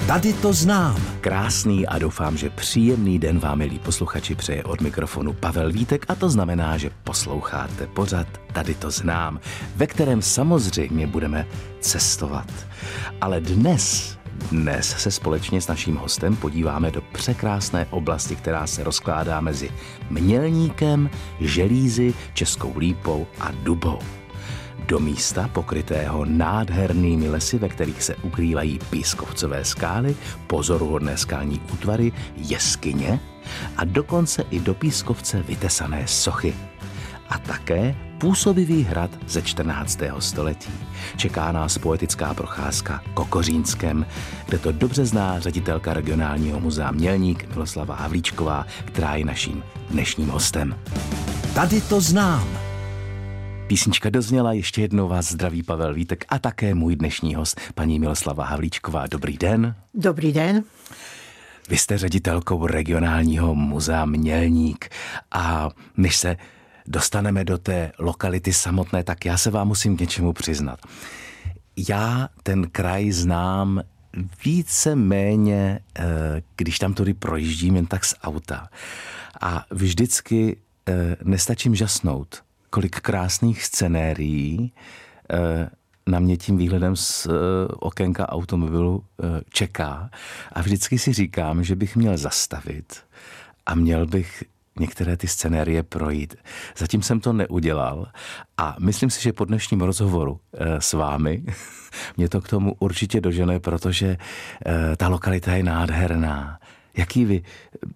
Tady to znám. Krásný a doufám, že příjemný den vám, milí posluchači, přeje od mikrofonu Pavel Vítek a to znamená, že posloucháte pořad Tady to znám, ve kterém samozřejmě budeme cestovat. Ale dnes se společně s naším hostem podíváme do překrásné oblasti, která se rozkládá mezi Mělníkem, Želízy, Českou Lípou a Dubou. Do místa pokrytého nádhernými lesy, ve kterých se ukrývají pískovcové skály, pozoruhodné skalní útvary, jeskyně a dokonce i do pískovce vytesané sochy. A také působivý hrad ze 14. století. Čeká nás poetická procházka Kokořínskem, kde to dobře zná ředitelka regionálního muzea Mělník Miloslava Havlíčková, která je naším dnešním hostem. Tady to znám. Písnička dozněla, ještě jednou vás zdraví Pavel Vítek a také můj dnešní host, paní Miloslava Havlíčková. Dobrý den. Dobrý den. Vy jste ředitelkou regionálního muzea Mělník a než se dostaneme do té lokality samotné, tak já se vám musím k něčemu přiznat. Já ten kraj znám víceméně, když tam tudy projíždím jen tak z auta. A vždycky nestačím žasnout, kolik krásných scenérií na mě tím výhledem z okénka automobilu čeká. A vždycky si říkám, že bych měl zastavit a měl bych některé ty scenérie projít. Zatím jsem to neudělal a myslím si, že po dnešním rozhovoru s vámi mě to k tomu určitě dožene, protože ta lokalita je nádherná. Jaký vy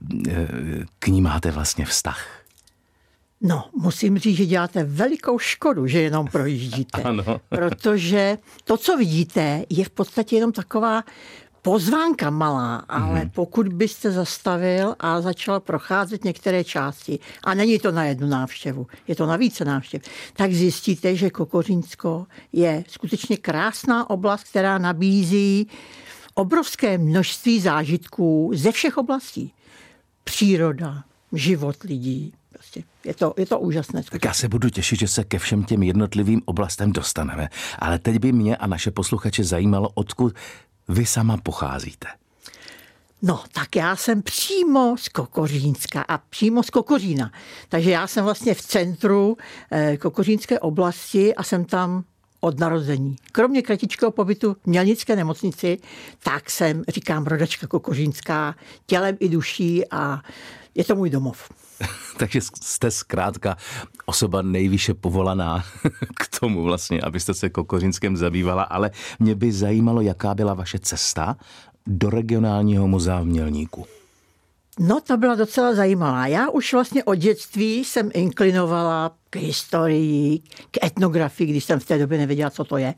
k ní máte vlastně vztah? No, musím říct, že děláte velikou škodu, že jenom projíždíte. Ano. Protože to, co vidíte, je v podstatě jenom taková pozvánka malá, ale pokud byste zastavil a začal procházet některé části, a není to na jednu návštěvu, je to na více návštěv, tak zjistíte, že Kokořínsko je skutečně krásná oblast, která nabízí obrovské množství zážitků ze všech oblastí. Příroda, život lidí. Prostě je to úžasné. Tak já se budu těšit, že se ke všem těm jednotlivým oblastem dostaneme. Ale teď by mě a naše posluchače zajímalo, odkud vy sama pocházíte. No, tak já jsem přímo z Kokořínska a přímo z Kokořína. Takže já jsem vlastně v centru Kokořínské oblasti a jsem tam od narození. Kromě kratičkého pobytu v Mělnické nemocnici, tak jsem, říkám, rodačka kokořínská, tělem i duší a je to můj domov. Takže jste zkrátka osoba nejvýše povolaná k tomu vlastně, abyste se Kokořínskem zabývala, ale mě by zajímalo, jaká byla vaše cesta do regionálního muzea v Mělníku. No, to byla docela zajímavá. Já už vlastně od dětství jsem inklinovala k historii, k etnografii, když jsem v té době nevěděla, co to je.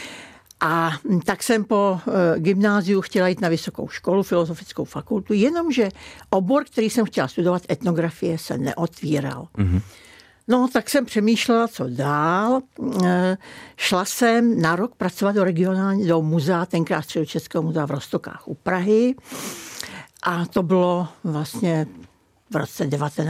A tak jsem po gymnáziu chtěla jít na vysokou školu, filozofickou fakultu, jenomže obor, který jsem chtěla studovat, etnografie, se neotvíral. Mm-hmm. No, tak jsem přemýšlela, co dál. Šla jsem na rok pracovat do muzea, tenkrát Středočeského muzea v Roztokách u Prahy. A to bylo vlastně v roce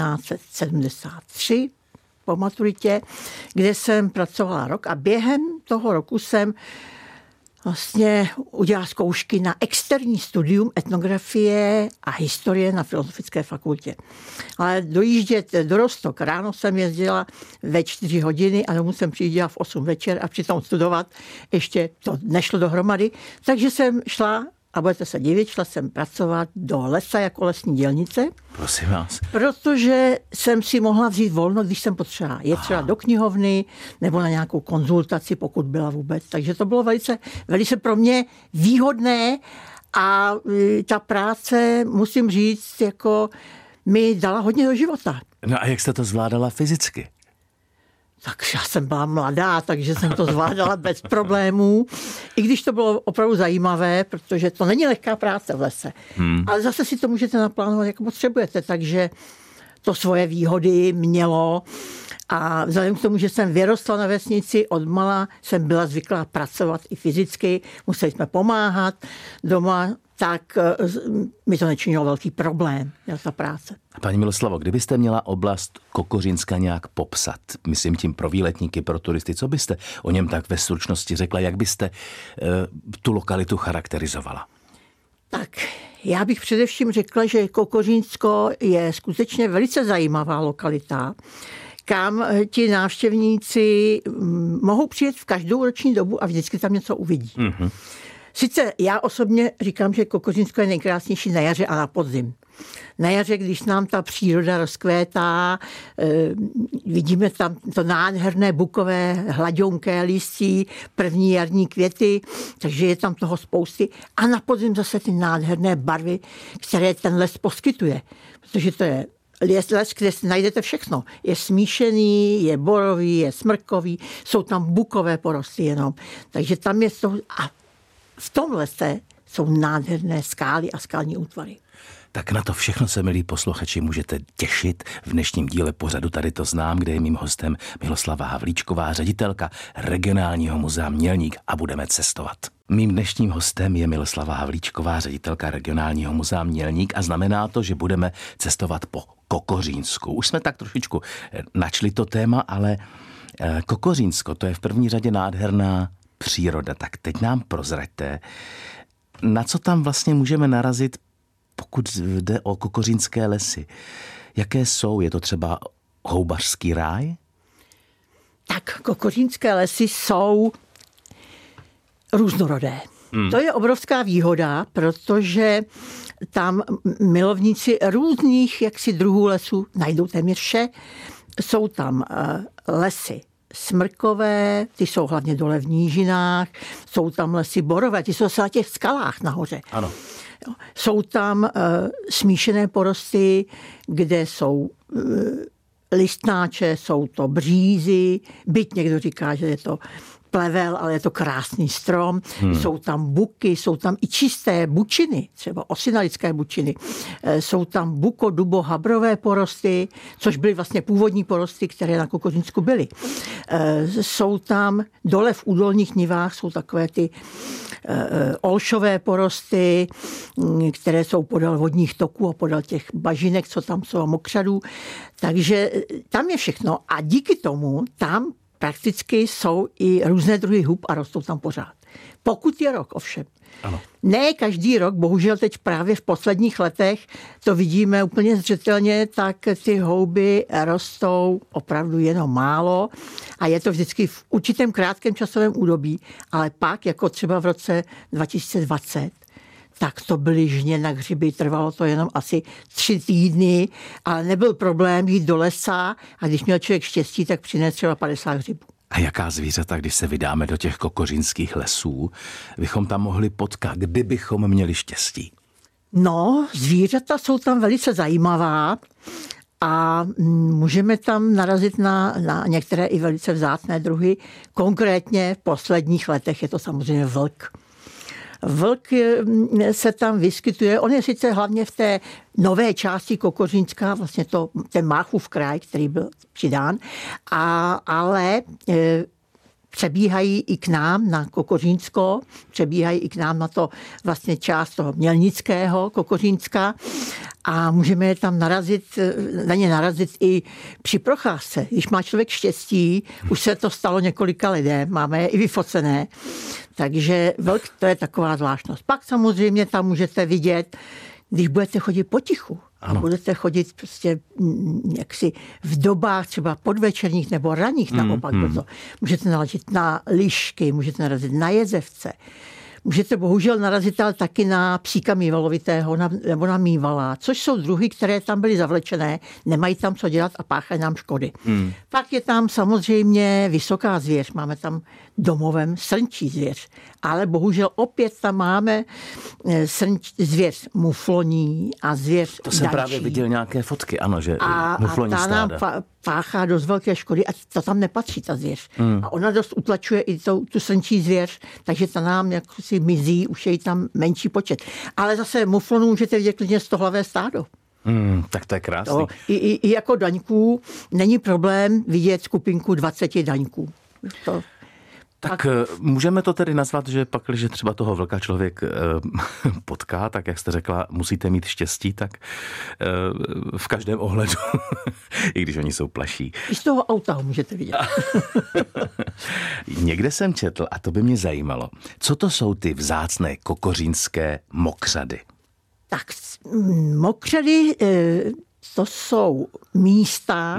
1973 po maturitě, kde jsem pracovala rok a během toho roku jsem vlastně udělala zkoušky na externí studium etnografie a historie na Filozofické fakultě. Ale dojíždět do Roztok, ráno jsem jezdila ve 4 hodiny a domů jsem přijížděla v 8 večer a přitom studovat ještě to nešlo dohromady. Takže jsem šla, a budete se divit, šla jsem pracovat do lesa jako lesní dělnice. Prosím vás. Protože jsem si mohla vzít volno, když jsem potřeba. Je třeba do knihovny nebo na nějakou konzultaci, pokud byla vůbec. Takže to bylo velice pro mě výhodné a ta práce, musím říct, jako mi dala hodně do života. No a jak jste to zvládala fyzicky? Tak já jsem byla mladá, takže jsem to zvládala bez problémů. I když to bylo opravdu zajímavé, protože to není lehká práce v lese. Ale zase si to můžete naplánovat, jak potřebujete. Takže to svoje výhody mělo. A vzhledem k tomu, že jsem vyrostla na vesnici, odmala jsem byla zvyklá pracovat i fyzicky. Museli jsme pomáhat doma, tak mi to nečinilo velký problém, ta práce. Paní Miloslavo, kdybyste měla oblast Kokořínska nějak popsat, myslím tím pro výletníky, pro turisty, co byste o něm tak ve stručnosti řekla, jak byste tu lokalitu charakterizovala? Tak, já bych především řekla, že Kokořínsko je skutečně velice zajímavá lokalita, kam ti návštěvníci mohou přijet v každou roční dobu a vždycky tam něco uvidí. Mm-hmm. Sice já osobně říkám, že Kokořínsko je nejkrásnější na jaře a na podzim. Na jaře, když nám ta příroda rozkvétá, vidíme tam to nádherné bukové hlaďonké listí, první jarní květy, takže je tam toho spousty. A na podzim zase ty nádherné barvy, které ten les poskytuje. Protože to je les, kde si najdete všechno. Je smíšený, je borový, je smrkový, jsou tam bukové porosty jenom. Takže tam je to... A v tom lese jsou nádherné skály a skalní útvary. Tak na to všechno se, milí posluchači, můžete těšit v dnešním díle pořadu Tady to znám, kde je mým hostem Miloslava Havlíčková, ředitelka Regionálního muzea Mělník, a budeme cestovat. Mým dnešním hostem je Miloslava Havlíčková, ředitelka Regionálního muzea Mělník, a znamená to, že budeme cestovat po Kokořínsku. Už jsme tak trošičku načli to téma, ale Kokořínsko, to je v první řadě nádherná příroda. Tak teď nám prozraďte, na co tam vlastně můžeme narazit, pokud jde o kokořínské lesy. Jaké jsou? Je to třeba houbařský ráj? Tak, kokořínské lesy jsou různorodé. To je obrovská výhoda, protože tam milovníci různých jaksi druhů lesů najdou téměř vše. Jsou tam lesy smrkové, ty jsou hlavně dole v nížinách, jsou tam lesy borové, ty jsou na těch skalách nahoře. Ano. Jsou tam smíšené porosty, kde jsou listnáče, jsou to břízy, byť někdo říká, že je to plevel, ale je to krásný strom. Jsou tam buky, jsou tam i čisté bučiny, třeba osinalické bučiny. Jsou tam buko-dubo-habrové porosty, což byly vlastně původní porosty, které na Kokořínsku byly. Jsou tam dole v údolních nivách, jsou takové ty olšové porosty, které jsou podél vodních toků a podél těch bažinek, co tam jsou, a mokřadů. Takže tam je všechno a díky tomu tam prakticky jsou i různé druhy hub a rostou tam pořád. Pokud je rok, ovšem. Ano. Ne každý rok, bohužel teď právě v posledních letech to vidíme úplně zřetelně, tak ty houby rostou opravdu jenom málo a je to vždycky v určitém krátkém časovém údobí, ale pak, jako třeba v roce 2020, tak to byly žně na hřiby, trvalo to jenom asi 3 týdny, ale nebyl problém jít do lesa a když měl člověk štěstí, tak přines třeba 50 hřibů. A jaká zvířata, když se vydáme do těch kokořínských lesů, bychom tam mohli potkat, kdybychom měli štěstí? No, zvířata jsou tam velice zajímavá a můžeme tam narazit na některé i velice vzácné druhy. Konkrétně v posledních letech je to samozřejmě vlk. Vlk se tam vyskytuje, on je sice hlavně v té nové části Kokořínska, vlastně ten Máchův kraj, který byl přidán, ale přebíhají i k nám na Kokořínsko, přebíhají i k nám na to vlastně část toho mělnického Kokořínska a můžeme je tam na ně narazit i při procházce. Když má člověk štěstí, už se to stalo několika lidem, máme je i vyfocené, takže vlk to je taková zvláštnost. Pak samozřejmě tam můžete vidět, když budete chodit potichu, a budete chodit prostě jaksi v dobách třeba podvečerních nebo ranních naopak. Můžete narazit na lišky, můžete narazit na jezevce. Můžete bohužel narazit ale taky na psíka mývalovitého nebo na mývala, což jsou druhy, které tam byly zavlečené, nemají tam co dělat a páchají nám škody. Pak je tam samozřejmě vysoká zvěř, máme tam domovem srnčí zvěř, ale bohužel opět tam máme zvěř mufloní a zvěř To jsem dančí. právě viděl nějaké fotky, ano, že mufloní a ta nám stáda. páchá dost velké škody a to tam nepatří, ta zvěř. A ona dost utlačuje i tu srnčí zvěř, takže ta nám jako si mizí, už je tam menší počet. Ale zase muflonů můžete vidět klidně 100hlavé stádo. Tak to je krásný. I jako daňků není problém vidět skupinku 20 daňků. Tak můžeme to tedy nazvat, že pak, když třeba toho vlka člověk potká, tak jak jste řekla, musíte mít štěstí, tak v každém ohledu, i když oni jsou plaší. I z toho auta ho můžete vidět. Někde jsem četl, a to by mě zajímalo, co to jsou ty vzácné kokořínské mokřady? Tak mokřady, to jsou místa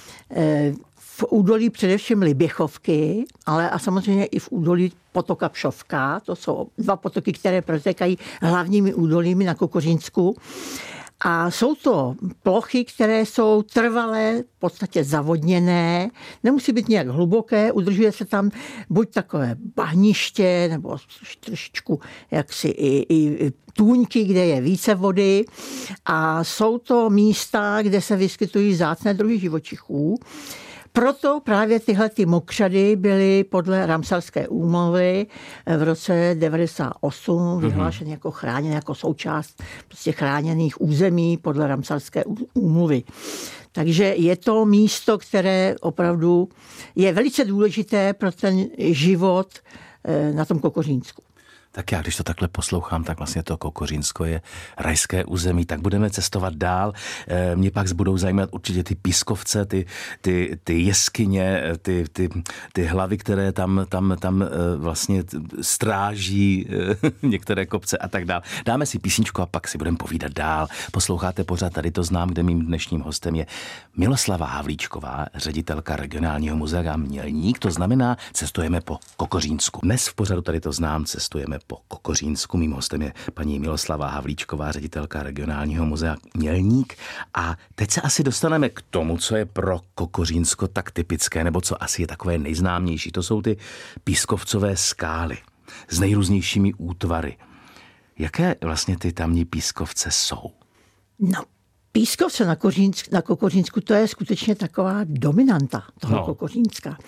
v údolí především Liběchovky, ale a samozřejmě i v údolí potoka Pšovka. To jsou 2 potoky, které protékají hlavními údolími na Kokořínsku. A jsou to plochy, které jsou trvalé, v podstatě zavodněné, nemusí být nějak hluboké, udržuje se tam buď takové bahniště, nebo trošičku jaksi i tůňky, kde je více vody. A jsou to místa, kde se vyskytují vzácné druhy živočichů. Proto právě tyhle ty mokřady byly podle Ramsarské úmluvy v roce 98 vyhlášeny jako chráněné, jako součást prostě chráněných území podle Ramsarské úmluvy. Takže je to místo, které opravdu je velice důležité pro ten život na tom Kokořínsku. Tak já, když to takhle poslouchám, tak vlastně to Kokořínsko je rajské území, tak budeme cestovat dál. Mě pak budou zajímat určitě ty pískovce, ty jeskyně, ty hlavy, které tam vlastně stráží některé kopce a tak dál. Dáme si písničku a pak si budeme povídat dál. Posloucháte pořád Tady to znám, kde mým dnešním hostem je Miloslava Havlíčková, ředitelka regionálního muzea Mělník. To znamená, cestujeme po Kokořínsku. Dnes v pořadu Tady to znám cestujeme po Kokořínsku. Mým hostem je paní Miloslava Havlíčková, ředitelka regionálního muzea Mělník. A teď se asi dostaneme k tomu, co je pro Kokořínsko tak typické, nebo co asi je takové nejznámější. To jsou ty pískovcové skály s nejrůznějšími útvary. Jaké vlastně ty tamní pískovce jsou? No, pískovce na Kokořínsku, to je skutečně taková dominanta toho Kokořínska.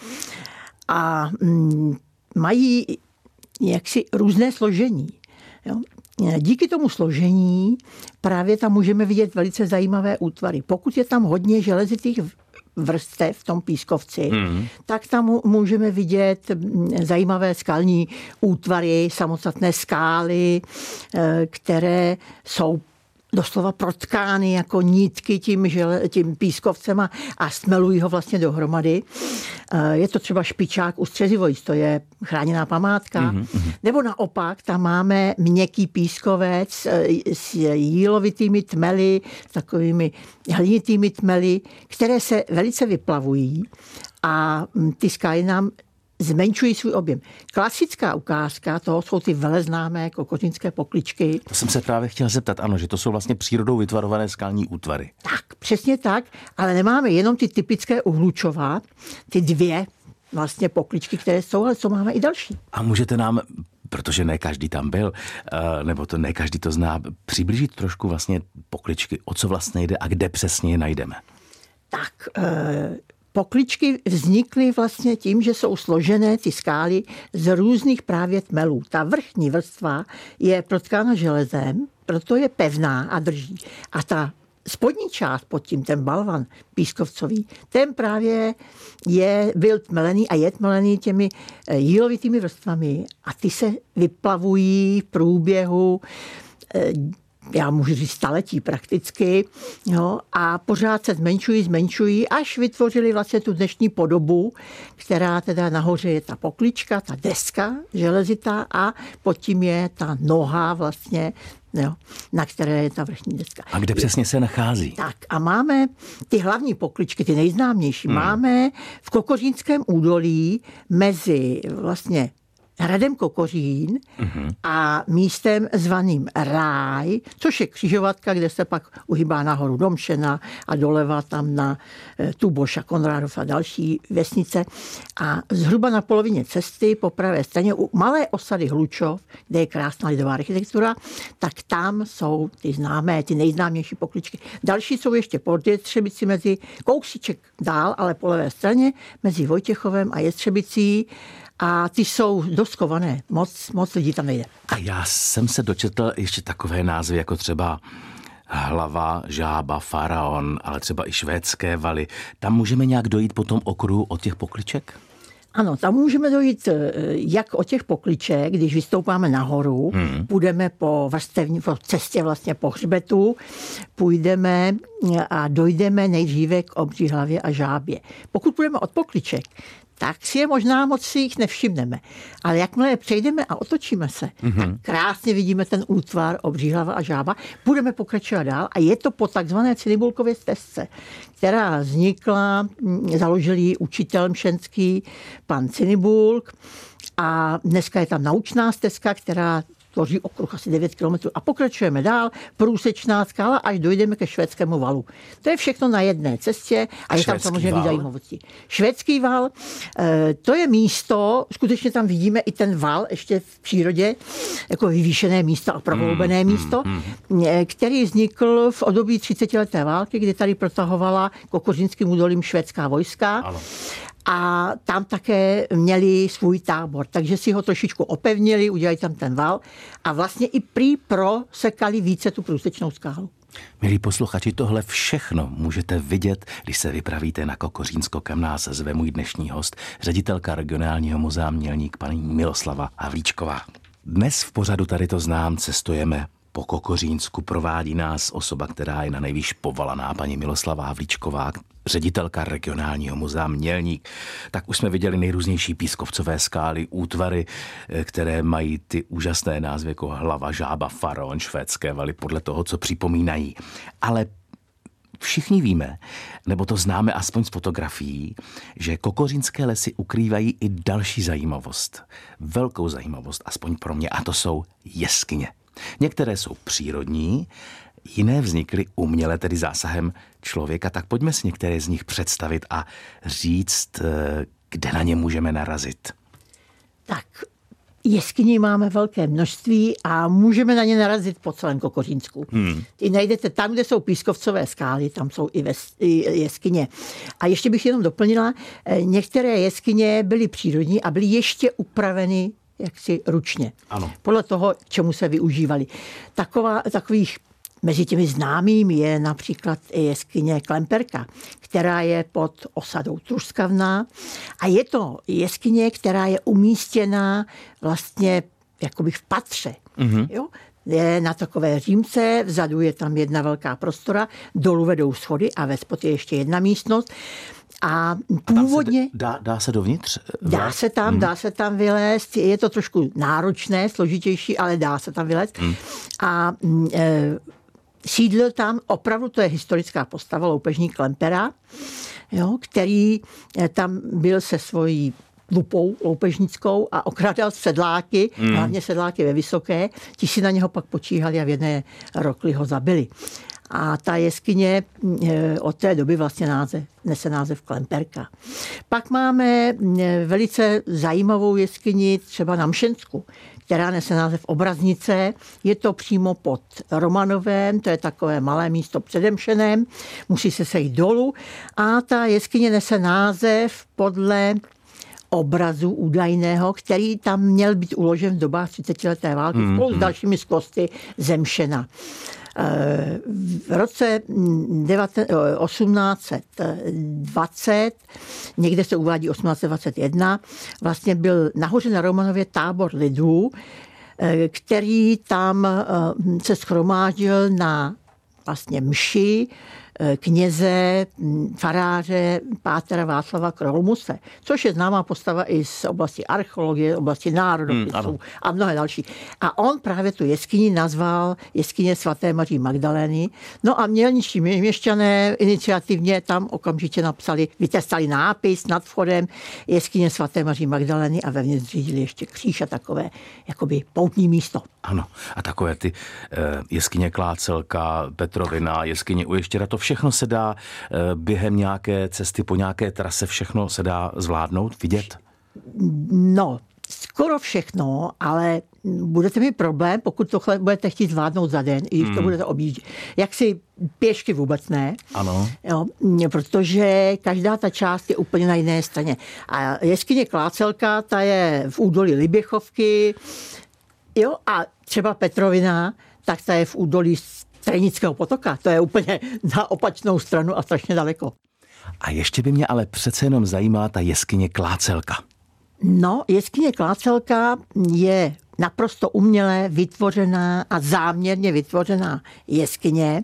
A mají jaksi různé složení. Jo. Díky tomu složení právě tam můžeme vidět velice zajímavé útvary. Pokud je tam hodně železitých vrstev v tom pískovci, tak tam můžeme vidět zajímavé skalní útvary, samostatné skály, které jsou doslova protkány jako nitky tím pískovcem a stmelují ho vlastně dohromady. Je to třeba špičák u Střezivojic, to je chráněná památka. Nebo naopak, tam máme měkký pískovec s jílovitými tmely, s takovými hlinitými tmely, které se velice vyplavují a ty skály nám zmenšují svůj objem. Klasická ukázka toho jsou ty veleznámé kokořínské pokličky. To jsem se právě chtěl zeptat, ano, že to jsou vlastně přírodou vytvarované skalní útvary. Tak, přesně tak, ale nemáme jenom ty typické uhlučova, ty 2 vlastně pokličky, které jsou, ale co máme i další. A můžete nám, protože ne každý tam byl, nebo to ne každý to zná, přiblížit trošku vlastně pokličky, o co vlastně jde a kde přesně je najdeme? Tak, pokličky vznikly vlastně tím, že jsou složené ty skály z různých právě tmelů. Ta vrchní vrstva je protkána železem, proto je pevná a drží. A ta spodní část pod tím, ten balvan pískovcový, ten právě byl tmelený a je tmelený těmi jílovitými vrstvami a ty se vyplavují v průběhu já můžu říct staletí prakticky, jo, a pořád se zmenšují, až vytvořili vlastně tu dnešní podobu, která teda nahoře je ta poklička, ta deska železitá a pod tím je ta noha vlastně, jo, na které je ta vrchní deska. A kde přesně se nachází? Tak a máme ty hlavní pokličky, ty nejznámější, máme v Kokořínském údolí mezi vlastně hradem Kokořín a místem zvaným Ráj, což je křižovatka, kde se pak uhýbá nahoru Domšena a doleva tam na Tuboš a Konrádov a další vesnice. A zhruba na polovině cesty po pravé straně u malé osady Hlučov, kde je krásná lidová architektura, tak tam jsou ty známé, ty nejznámější pokličky. Další jsou ještě pod Jestřebicí mezi kousíček dál, ale po levé straně mezi Vojtěchovem a Jestřebicí. A ty jsou dost kované. Moc lidí tam nejde. A já jsem se dočetl ještě takové názvy, jako třeba Hlava, Žába, Faraon, ale třeba i Švédské valy. Tam můžeme nějak dojít po tom okruhu od těch pokliček? Ano, tam můžeme dojít jak od těch pokliček, když vystoupáme nahoru, půjdeme po cestě vlastně po hřbetu, půjdeme a dojdeme nejdříve k Obří hlavě a žábě. Pokud půjdeme od pokliček, tak si je možná moc si jich nevšimneme. Ale jakmile je přejdeme a otočíme se, tak krásně vidíme ten útvar Obří hlava a žába. Budeme pokračovat dál a je to po takzvané Cinibulkově stezce, která vznikla, založil ji učitel mšenský pan Cinibulk a dneska je tam naučná stezka, která tvoří okruh asi 9 kilometrů a pokračujeme dál, průsečná skála, až dojdeme ke Švédskému valu. To je všechno na jedné cestě a je tam samozřejmě víc zajímavostí. Švédský val, to je místo, skutečně tam vidíme i ten val, ještě v přírodě, jako vyvýšené místo a prohloubené místo, který vznikl v období 30leté války, kdy tady protahovala Kokořínským údolím švédská vojska. Ano. A tam také měli svůj tábor, takže si ho trošičku opevnili, udělali tam ten val a vlastně i prý prosekali více tu průsečnou skálu. Milí posluchači, tohle všechno můžete vidět, když se vypravíte na Kokořínsko, kam nás zve můj dnešní host, ředitelka regionálního muzea Mělník paní Miloslava Havlíčková. Dnes v pořadu Tady to znám cestujeme po Kokořínsku, provádí nás osoba, která je na nejvýš povalaná, paní Miloslava Havlíčková, ředitelka regionálního muzea Mělník. Tak už jsme viděli nejrůznější pískovcové skály, útvary, které mají ty úžasné názvy jako hlava, žába, faraon, švédské valy, podle toho, co připomínají. Ale všichni víme, nebo to známe aspoň z fotografií, že kokořínské lesy ukrývají i další zajímavost. Velkou zajímavost, aspoň pro mě, a to jsou jeskyně. Některé jsou přírodní, jiné vznikly uměle, tedy zásahem člověka. Tak pojďme si některé z nich představit a říct, kde na ně můžeme narazit. Tak, jeskyní máme velké množství a můžeme na ně narazit po celém Kokořínsku. Ty najdete tam, kde jsou pískovcové skály, tam jsou i jeskyně. A ještě bych jenom doplnila, některé jeskyně byly přírodní a byly ještě upraveny jaksi ručně. Ano. Podle toho, čemu se využívali. Takových mezi těmi známými je například jeskyně Klemperka, která je pod osadou Truskavná. A je to jeskyně, která je umístěná vlastně jakoby v patře. Jo? Je na takové římce, vzadu je tam jedna velká prostora, dolů vedou schody a ve spodě je ještě jedna místnost. A původně... Dá se dovnitř? Dá se tam vylézt. Je to trošku náročné, složitější, ale dá se tam vylézt. A sídlil tam, opravdu to je historická postava, loupežník Klempera, jo, který tam byl se svojí lupou loupežnickou a okrádal sedláky, hlavně sedláky ve Vysoké. Ti si na něho pak počíhali a v jedné rokli ho zabili. A ta jeskyně od té doby vlastně nese název Klemperka. Pak máme velice zajímavou jeskyni třeba na Mšensku, která nese název Obraznice. Je to přímo pod Romanovem, to je takové malé místo před Mšenem, musí se sejít dolů. A ta jeskyně nese název podle obrazu údajného, který tam měl být uložen v dobách 30leté války spolu s dalšími skvosty Zemšena. V roce 1820, někde se uvádí 1821, vlastně byl nahoře na Romanově tábor lidů, který tam se shromáždil na vlastně mši kněze, faráře Pátera Václava Krolmuse, což je známá postava i z oblasti archeologie, oblasti národopisů a mnohé další. A on právě tu jeskyni nazval jeskyně svaté Maří Magdalény. No a mělničtí měšťané iniciativně tam okamžitě vytestali nápis nad vchodem jeskyně svaté Maří Magdalény a vevnitř zřídili ještě kříž a takové jakoby poutní místo. Ano, a takové ty jeskyně Klácelka, Petrovina, jeskyně u Ještěra, to všechno se dá během nějaké cesty po nějaké trase, všechno se dá zvládnout, vidět? No, skoro všechno, ale budete mít problém, pokud tohle budete chtít zvládnout za den, i když to budete objíždět. Jak si pěšky vůbec ne. Ano. Jo, protože každá ta část je úplně na jiné straně. A jeskyně Klácelka, ta je v údolí Liběchovky, jo, a třeba Petrovina, tak ta je v údolí Strenického potoka. To je úplně na opačnou stranu a strašně daleko. A ještě by mě ale přece jenom zajímala ta jeskyně Klácelka. No, jeskyně Klácelka je naprosto uměle vytvořená a záměrně vytvořená jeskyně,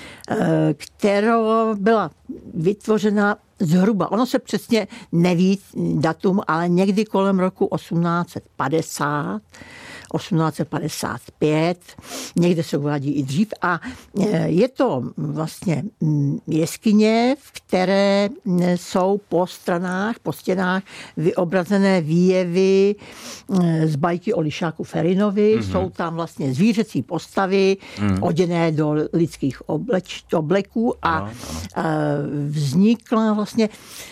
která byla vytvořena zhruba, ono se přesně neví datum, ale někdy kolem roku 1850, 1855, někde se uvádí i dřív. A je to vlastně jeskyně, v které jsou po stranách, po stěnách vyobrazené výjevy z bajky o lišáku Ferinovi. Jsou tam vlastně zvířecí postavy, oděné do lidských obleků a vznikla vlastně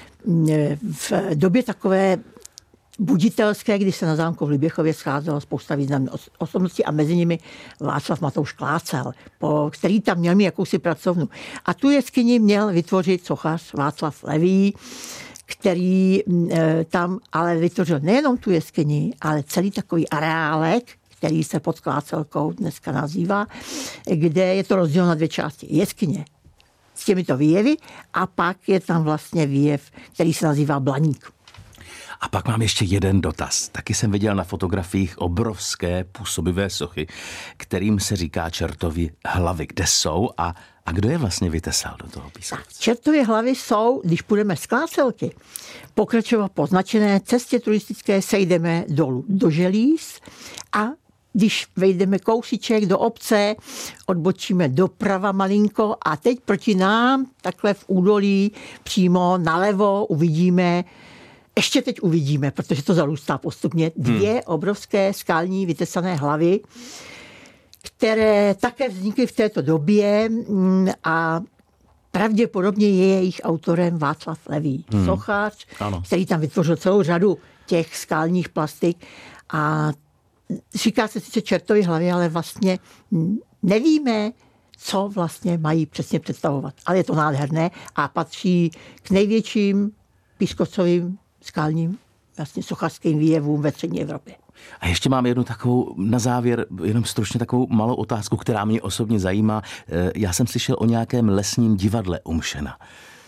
v době takové buditelské, kdy se na zámku v Liběchově scházela spousta významných osobností a mezi nimi Václav Matouš Klácel, který tam měl mít jakousi pracovnu. A tu jeskyni měl vytvořit sochař Václav Levý, který tam ale vytvořil nejenom tu jeskyni, ale celý takový areálek, který se pod Klácelkou dneska nazývá, kde je to rozděleno na dvě části. Jeskyně s těmito výjevy a pak je tam vlastně výjev, který se nazývá Blaník. A pak mám ještě jeden dotaz. Taky jsem viděl na fotografiích obrovské působivé sochy, kterým se říká čertovy hlavy. Kde jsou a kdo je vlastně vytesal do toho Pískovce? Čertovy hlavy jsou, když půjdeme z Klácelky, pokračovat po značené cestě turistické, sejdeme dolů do Želíz a když vejdeme kousíček do obce, odbočíme doprava malinko a teď proti nám, takhle v údolí, přímo nalevo ještě teď uvidíme, protože to zarůstá postupně, dvě obrovské skalní vytesané hlavy, které také vznikly v této době a pravděpodobně je jejich autorem Václav Levý, sochař, který tam vytvořil celou řadu těch skalních plastik a říká se sice čertovy hlavy, ale vlastně nevíme, co vlastně mají přesně představovat. Ale je to nádherné a patří k největším pískovcovým skalním vlastně sochařským výjevům ve střední Evropě. A ještě mám jednu takovou na závěr, jenom stručně takovou malou otázku, která mě osobně zajímá. Já jsem slyšel o nějakém lesním divadle u Mšena.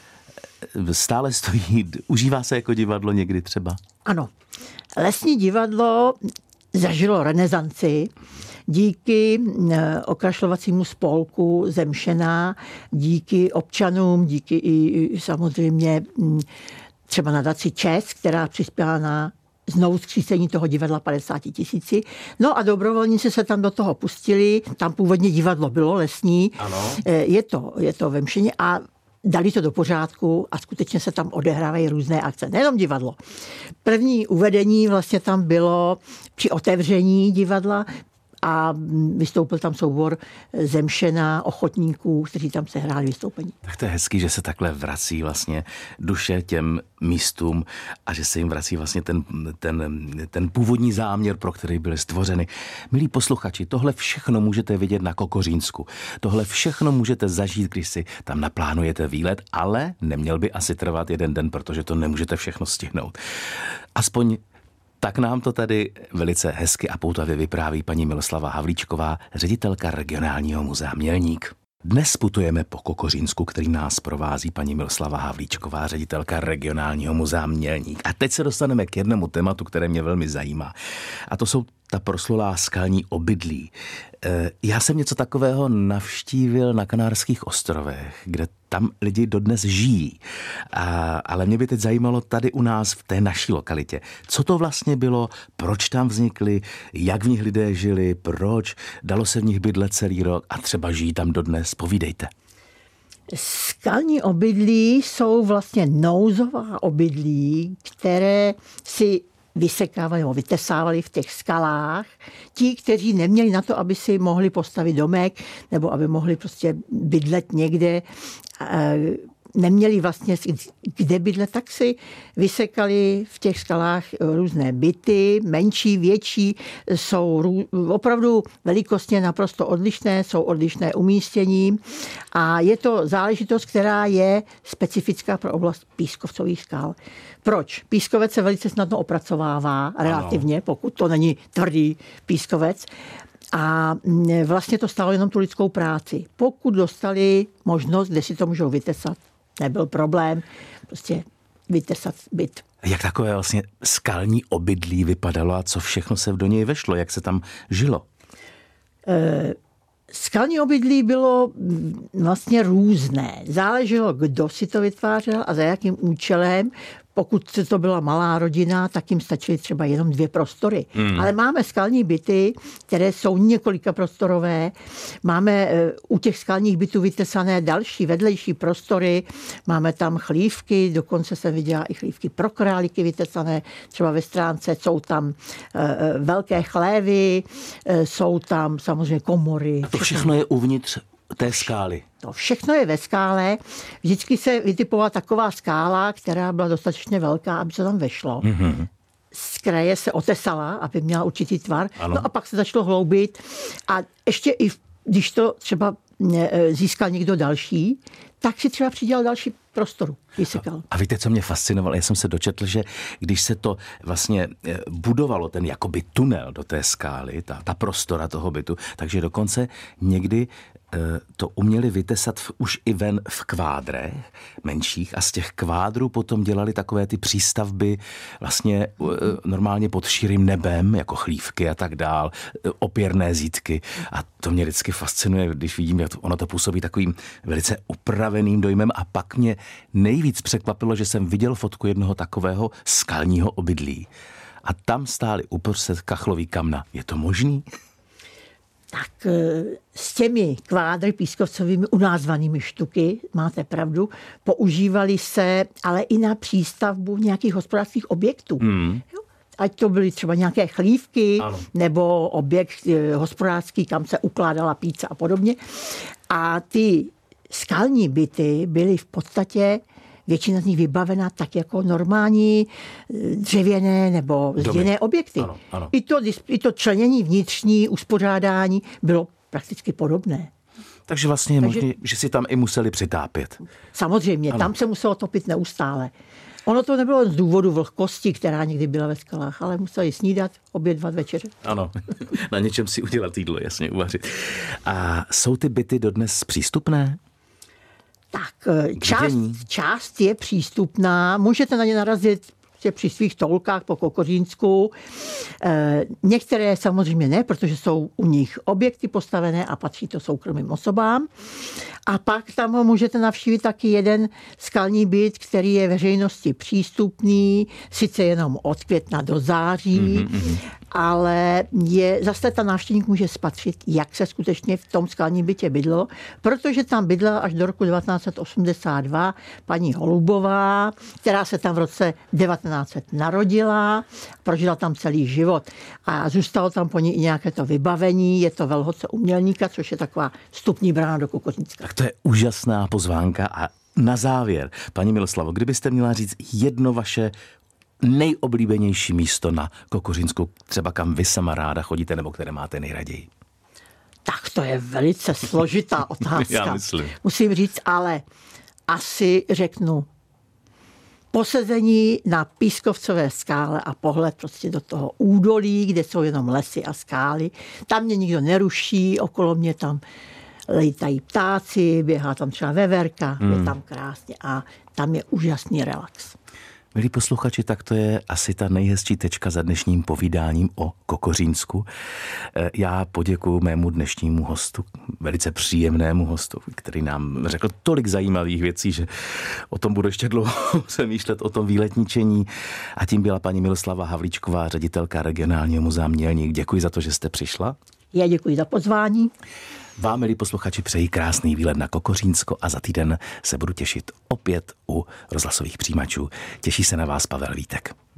Stále stojí, užívá se jako divadlo někdy třeba? Ano. Lesní divadlo zažilo renesanci díky okrašlovacímu spolku ze Mšena, díky občanům, díky i samozřejmě třeba nadaci ČES, která přispěla na znovu zkřísení toho divadla 50 000. No a dobrovolníci se tam do toho pustili. Tam původně divadlo bylo lesní. Ano. Je to ve Mšeně a dali to do pořádku a skutečně se tam odehrávají různé akce. Nejenom divadlo. První uvedení vlastně tam bylo při otevření divadla a vystoupil tam soubor ze Mšena ten kteří tam se hráli vystoupení. Tak to je hezký, že se takhle vrací vlastně duše těm místům a že se jim vrací vlastně ten původní záměr, pro který byly stvořeny. Milí posluchači, tohle všechno můžete vidět na Kokořínsku. Tohle všechno můžete zažít, když si tam naplánujete výlet, ale neměl by asi trvat jeden den, protože to nemůžete všechno stihnout. Aspoň tak nám to tady velice hezky a poutavě vypráví paní Miloslava Havlíčková, ředitelka regionálního muzea Mělník. Dnes putujeme po Kokořínsku, který nás provází paní Miloslava Havlíčková, ředitelka regionálního muzea Mělník. A teď se dostaneme k jednomu tématu, které mě velmi zajímá. A to jsou ta proslulá skalní obydlí. Já jsem něco takového navštívil na Kanárských ostrovech, kde tam lidi dodnes žijí. Ale mě by teď zajímalo tady u nás v té naší lokalitě. Co to vlastně bylo, proč tam vznikly, jak v nich lidé žili, proč, dalo se v nich bydlet celý rok a třeba žijí tam dodnes. Povídejte. Skalní obydlí jsou vlastně nouzová obydlí, které si vysekávali nebo vytesávali v těch skalách. Ti, kteří neměli na to, aby si mohli postavit domek nebo aby mohli prostě bydlet někde, neměli vlastně kde bydlet, tak si vysekali v těch skalách různé byty, menší, větší, jsou opravdu velikostně naprosto odlišné, jsou odlišné umístění a je to záležitost, která je specifická pro oblast pískovcových skal. Proč? Pískovec se velice snadno opracovává relativně, pokud to není tvrdý pískovec. A vlastně to stálo jenom tu lidskou práci. Pokud dostali možnost, kde si to můžou vytesat, nebyl problém. Prostě vytesat byt. Jak takové vlastně skalní obydlí vypadalo a co všechno se do něj vešlo, jak se tam žilo? Skalní obydlí bylo vlastně různé. Záleželo, kdo si to vytvářel a za jakým účelem. Pokud to byla malá rodina, tak jim stačily třeba jenom 2 prostory. Ale máme skalní byty, které jsou několika prostorové. Máme u těch skalních bytů vytesané další vedlejší prostory. Máme tam chlívky, dokonce jsem viděla i chlívky pro králíky vytesané. Třeba ve Stránce jsou tam velké chlévy, jsou tam samozřejmě komory. A to všechno je uvnitř té skály. To všechno je ve skále. Vždycky se vytipovala taková skála, která byla dostatečně velká, aby se tam vešlo. Z kraje se otesala, aby měla určitý tvar. Ano. No a pak se začalo hloubit. A ještě i když to třeba získal někdo další, tak si třeba přidělal další prostoru. Vysekal. A víte, co mě fascinovalo? Já jsem se dočetl, že když se to vlastně budovalo, ten jakoby tunel do té skály, ta prostora toho bytu, takže dokonce někdy to uměli vytesat už i ven v kvádrech menších a z těch kvádrů potom dělali takové ty přístavby vlastně normálně pod širým nebem, jako chlívky a tak dál, opěrné zítky. A to mě vždycky fascinuje, když vidím, jak ono to působí takovým velice upraveným dojmem. A pak mě nejvíc překvapilo, že jsem viděl fotku jednoho takového skalního obydlí. A tam stály uprostřed kachlový kamna. Je to možný? Tak s těmi kvádry pískovcovými unázvanými štuky, máte pravdu, používali se ale i na přístavbu nějakých hospodářských objektů. Jo? Ať to byly třeba nějaké chlívky, ano, nebo objekt hospodářský, kam se ukládala píce a podobně. A ty skalní byty byly v podstatě většina z nich vybavena tak jako normální dřevěné nebo zděné objekty. Ano, ano. I to členění vnitřní, uspořádání bylo prakticky podobné. Takže vlastně je možné, že si tam i museli přitápět. Samozřejmě, ano. Tam se muselo topit neustále. Ono to nebylo z důvodu vlhkosti, která někdy byla ve skalách, ale museli snídat, obědvat, večeře. Ano, na něčem si udělat jídlo, jasně, uvařit. A jsou ty byty dodnes přístupné? Tak část je přístupná, můžete na ně narazit při svých toulkách po Kokořínsku. Některé samozřejmě ne, protože jsou u nich objekty postavené a patří to soukromým osobám. A pak tam můžete navštívit taky jeden skalní byt, který je veřejnosti přístupný, sice jenom od května do září, ale zase ta návštěvník může spatřit, jak se skutečně v tom skalním bytě bydlo, protože tam bydla až do roku 1982 paní Holubová, která se tam v roce 1900 narodila, prožila tam celý život a zůstalo tam po ní i nějaké to vybavení, je to velhodce umělníka, což je taková vstupní brána do Kokořínska. Tak to je úžasná pozvánka a na závěr, paní Miloslavo, kdybyste měla říct jedno vaše nejoblíbenější místo na Kokořínsku, třeba kam vy sama ráda chodíte nebo které máte nejraději? Tak to je velice složitá otázka. Já myslím. Musím říct, ale asi řeknu posezení na Pískovcové skále a pohled prostě do toho údolí, kde jsou jenom lesy a skály. Tam mě nikdo neruší, okolo mě tam letají ptáci, běhá tam třeba veverka, je tam krásně a tam je úžasný relax. Milí posluchači, tak to je asi ta nejhezčí tečka za dnešním povídáním o Kokořínsku. Já poděkuju mému dnešnímu hostu, velice příjemnému hostu, který nám řekl tolik zajímavých věcí, že o tom budu ještě dlouho přemýšlet, o tom výletničení. A tím byla paní Miloslava Havlíčková, ředitelka regionálního muzea Mělník. Děkuji za to, že jste přišla. Já děkuji za pozvání. Vám, milí posluchači, přeji krásný výlet na Kokořínsko a za týden se budu těšit opět u rozhlasových přijímačů. Těší se na vás Pavel Vítek.